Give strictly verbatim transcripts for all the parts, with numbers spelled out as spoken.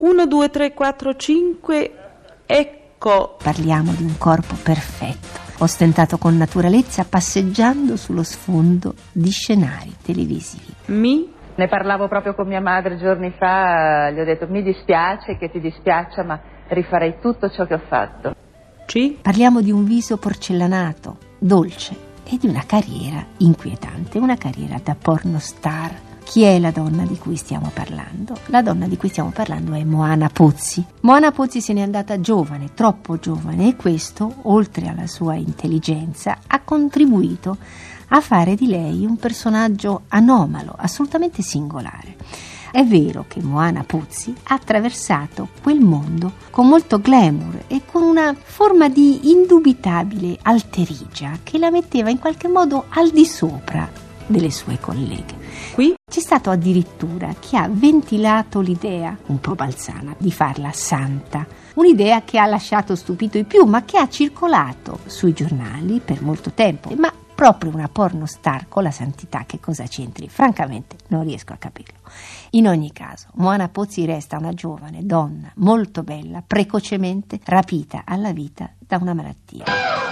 uno, due, tre, quattro, cinque, ecco. Parliamo di un corpo perfetto, ostentato con naturalezza, passeggiando sullo sfondo di scenari televisivi. Mi? Ne parlavo proprio con mia madre giorni fa, gli ho detto mi dispiace che ti dispiaccia, ma rifarei tutto ciò che ho fatto. Ci? Parliamo di un viso porcellanato, dolce, e di una carriera inquietante, una carriera da pornostar. Chi è la donna di cui stiamo parlando? La donna di cui stiamo parlando è Moana Pozzi. Moana Pozzi se n'è andata giovane, troppo giovane, e questo, oltre alla sua intelligenza, ha contribuito a fare di lei un personaggio anomalo, assolutamente singolare. È vero che Moana Pozzi ha attraversato quel mondo con molto glamour e con una forma di indubitabile alterigia che la metteva in qualche modo al di sopra delle sue colleghe. Qui? C'è stato addirittura chi ha ventilato l'idea, un po' balzana, di farla santa. Un'idea che ha lasciato stupito i più, ma che ha circolato sui giornali per molto tempo. Ma proprio una pornostar con la santità che cosa c'entri? Francamente non riesco a capirlo. In ogni caso, Moana Pozzi resta una giovane donna molto bella, precocemente rapita alla vita da una malattia.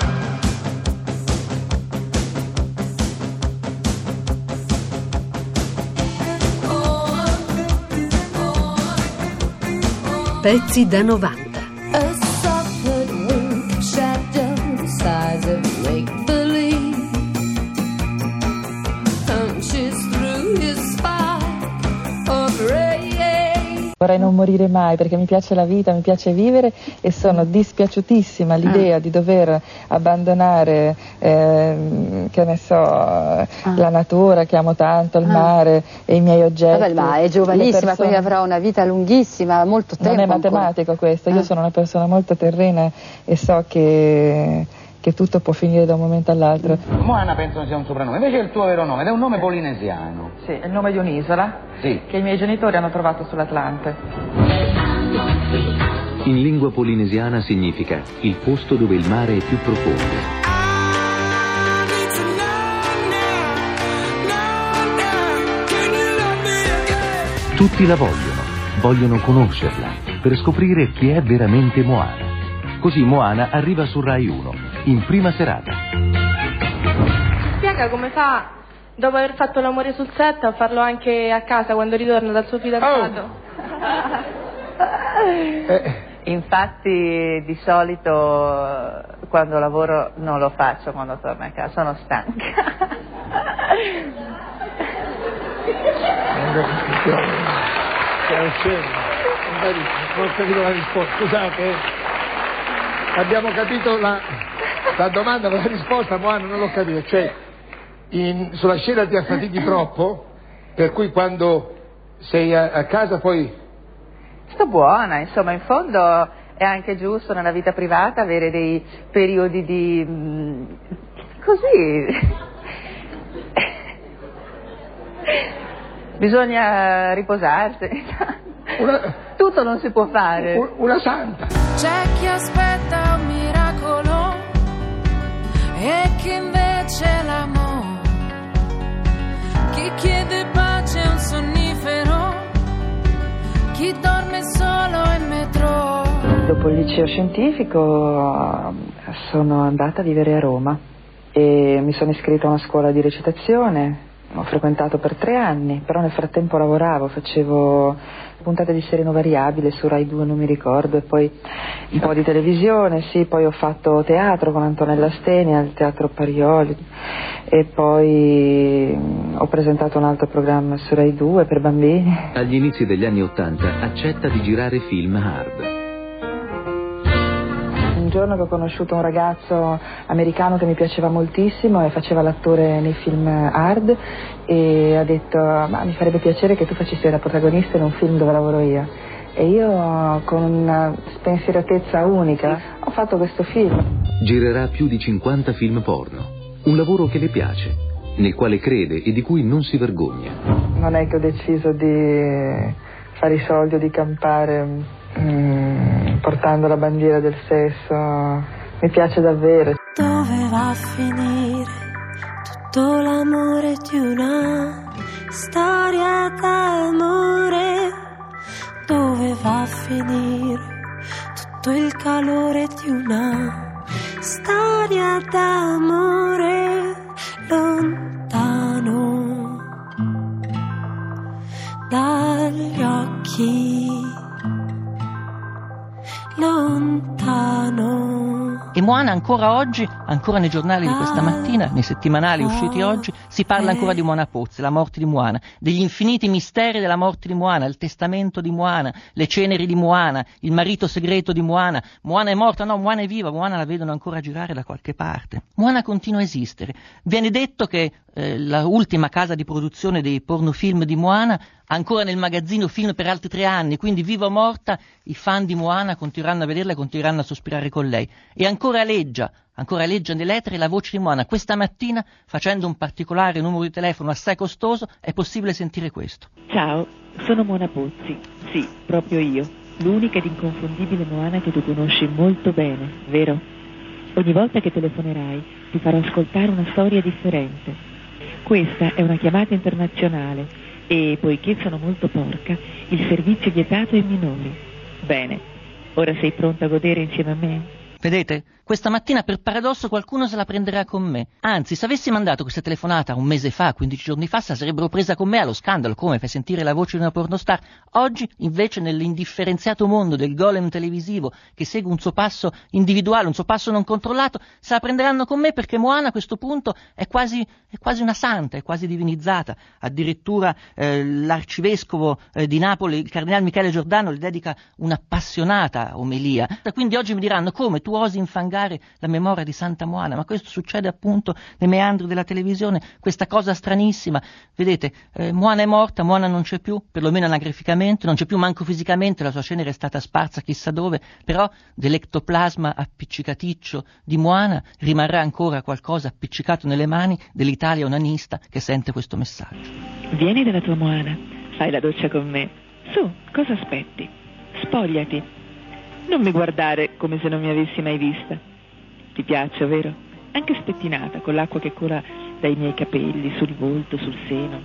Pezzi da novanta. Vorrei non morire mai perché mi piace la vita, mi piace vivere e sono dispiaciutissima all'idea ah. di dover abbandonare, eh, che ne so, ah. la natura che amo tanto, il ah. mare e i miei oggetti. Vabbè, ma è giovanissima, persone... quindi avrà una vita lunghissima, molto tempo. Non è matematico ancora. Questo, io ah. sono una persona molto terrena e so che... che tutto può finire da un momento all'altro. Moana penso sia un soprannome, invece è il tuo vero nome ed è un nome polinesiano. Sì, è il nome di un'isola sì. che i miei genitori hanno trovato sull'Atlante. In lingua polinesiana significa il posto dove il mare è più profondo. Tutti la vogliono, vogliono conoscerla per scoprire chi è veramente Moana. Così Moana arriva su Rai uno, in prima serata. Spiega come fa, dopo aver fatto l'amore sul set, a farlo anche a casa quando ritorna dal suo fidanzato. Oh. eh. Infatti di solito quando lavoro non lo faccio quando torno a casa, sono stanca. Non ho capito la risposta, scusate. Abbiamo capito la, la domanda, ma la risposta, Moana, non l'ho capito. Cioè, in, sulla scena ti affatichi troppo, per cui quando sei a, a casa poi... Sto buona, insomma, in fondo è anche giusto nella vita privata avere dei periodi di... Mh, così... Bisogna riposarsi. Una... Tutto non si può fare. Una santa. C'è chi aspetta un miracolo e chi invece l'amore, chi chiede pace a un sonnifero, chi dorme solo in metro. Dopo il liceo scientifico sono andata a vivere a Roma e mi sono iscritta a una scuola di recitazione. Ho frequentato per tre anni, però nel frattempo lavoravo, facevo puntate di Sereno Variabile su Rai due, non mi ricordo, e poi un po' di televisione, sì, poi ho fatto teatro con Antonella Steni al Teatro Parioli e poi ho presentato un altro programma su Rai due per bambini. Agli inizi degli anni Ottanta accetta di girare film hard. Un giorno che ho conosciuto un ragazzo americano che mi piaceva moltissimo e faceva l'attore nei film hard e ha detto ma mi farebbe piacere che tu facessi la protagonista in un film dove lavoro io. E io con una spensieratezza unica ho fatto questo film. Girerà più di cinquanta film porno, un lavoro che le piace, nel quale crede e di cui non si vergogna. Non è che ho deciso di fare i soldi o di campare Mm, portando la bandiera del sesso, mi piace davvero. Dove va a finire tutto l'amore di una storia d'amore? Dove va a finire tutto il calore di una storia d'amore lontano dagli occhi, lontano. E Moana ancora oggi, ancora nei giornali di questa mattina, nei settimanali usciti oggi, si parla ancora di Moana Pozzi, la morte di Moana, degli infiniti misteri della morte di Moana, il testamento di Moana, le ceneri di Moana, il marito segreto di Moana. Moana è morta? No, Moana è viva, Moana la vedono ancora girare da qualche parte. Moana continua a esistere. Viene detto che eh, la ultima casa di produzione dei pornofilm di Moana ancora nel magazzino film per altri tre anni, quindi viva o morta i fan di Moana continueranno a vederla e continueranno a sospirare con lei. E ancora aleggia, ancora aleggia nell'etere la voce di Moana. Questa mattina, facendo un particolare numero di telefono assai costoso, è possibile sentire questo. Ciao, sono Moana Pozzi, sì, proprio io, l'unica ed inconfondibile Moana che tu conosci molto bene, vero? Ogni volta che telefonerai ti farò ascoltare una storia differente. Questa è una chiamata internazionale e, poiché sono molto porca, il servizio è vietato ai minori. Bene, ora sei pronta a godere insieme a me? Vedete? Questa mattina per paradosso qualcuno se la prenderà con me. Anzi, se avessi mandato questa telefonata un mese fa, quindici giorni fa, se la sarebbero presa con me allo scandalo, come fai sentire la voce di una pornostar. Oggi, invece, nell'indifferenziato mondo del golem televisivo che segue un suo passo individuale, un suo passo non controllato, se la prenderanno con me perché Moana a questo punto è quasi, è quasi una santa, è quasi divinizzata. Addirittura eh, l'arcivescovo eh, di Napoli, il cardinale Michele Giordano, le dedica un'appassionata omelia. Quindi oggi mi diranno: come tu osi infangare la memoria di Santa Moana? Ma questo succede appunto nei meandri della televisione, questa cosa stranissima. Vedete, eh, Moana è morta, Moana non c'è più, perlomeno anagraficamente, non c'è più manco fisicamente, la sua cenere è stata sparsa chissà dove, però dell'ectoplasma appiccicaticcio di Moana rimarrà ancora qualcosa appiccicato nelle mani dell'Italia onanista che sente questo messaggio. Vieni dalla tua Moana, fai la doccia con me. Su, cosa aspetti? Spogliati. Non mi guardare come se non mi avessi mai vista. Ti piaccio, vero? Anche spettinata, con l'acqua che cola dai miei capelli, sul volto, sul seno.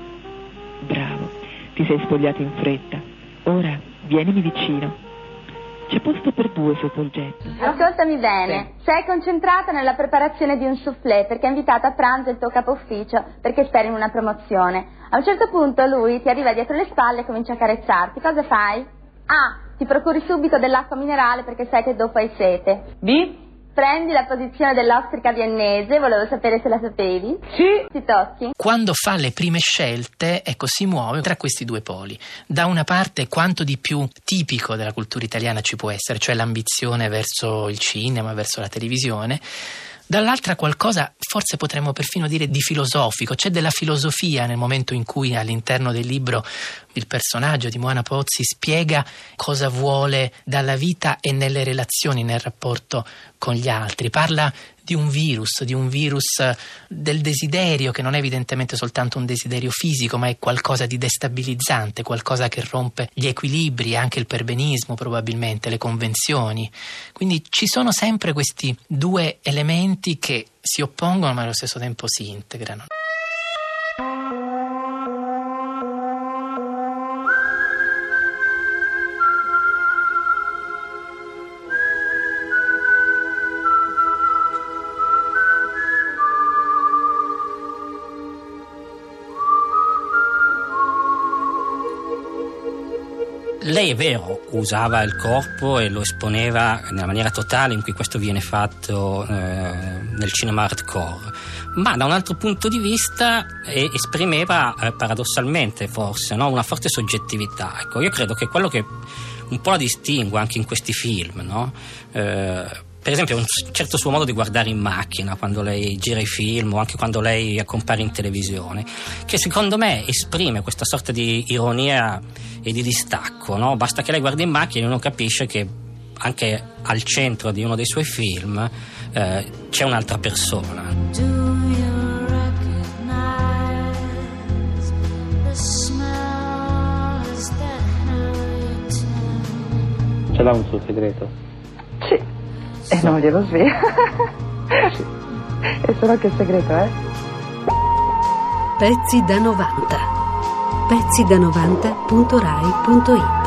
Bravo, ti sei spogliato in fretta. Ora, vienimi vicino. C'è posto per due sotto il getto. Ascoltami bene, sì. Sei concentrata nella preparazione di un soufflé perché hai invitato a pranzo il tuo capo ufficio perché speri in una promozione. A un certo punto lui ti arriva dietro le spalle e comincia a carezzarti. Cosa fai? A. Ti procuri subito dell'acqua minerale perché sai che dopo hai sete. B. Prendi la posizione dell'ostrica viennese, volevo sapere se la sapevi. Sì. Ti tocchi. Quando fa le prime scelte, ecco, si muove tra questi due poli. Da una parte quanto di più tipico della cultura italiana ci può essere, cioè l'ambizione verso il cinema, verso la televisione. Dall'altra qualcosa, forse potremmo perfino dire di filosofico. C'è della filosofia nel momento in cui all'interno del libro il personaggio di Moana Pozzi spiega cosa vuole dalla vita e nelle relazioni, nel rapporto con gli altri. Parla di un virus, di un virus del desiderio, che non è evidentemente soltanto un desiderio fisico, ma è qualcosa di destabilizzante, qualcosa che rompe gli equilibri, anche il perbenismo probabilmente, le convenzioni. Quindi ci sono sempre questi due elementi che si oppongono ma allo stesso tempo si integrano. Lei, è vero, usava il corpo e lo esponeva nella maniera totale in cui questo viene fatto eh, nel cinema hardcore, ma da un altro punto di vista eh, esprimeva eh, paradossalmente forse, no? una forte soggettività. Ecco, io credo che quello che un po' la distingue anche in questi film, no? eh, per esempio un certo suo modo di guardare in macchina quando lei gira i film o anche quando lei compare in televisione, che secondo me esprime questa sorta di ironia e di distacco, no? Basta che lei guardi in macchina e uno capisce che anche al centro di uno dei suoi film eh, c'è un'altra persona. Ce l'ha un suo segreto? Sì. E non glielo svela. Sì. E solo che segreto, eh? Pezzi da novanta. pezzi da novanta punto rai punto it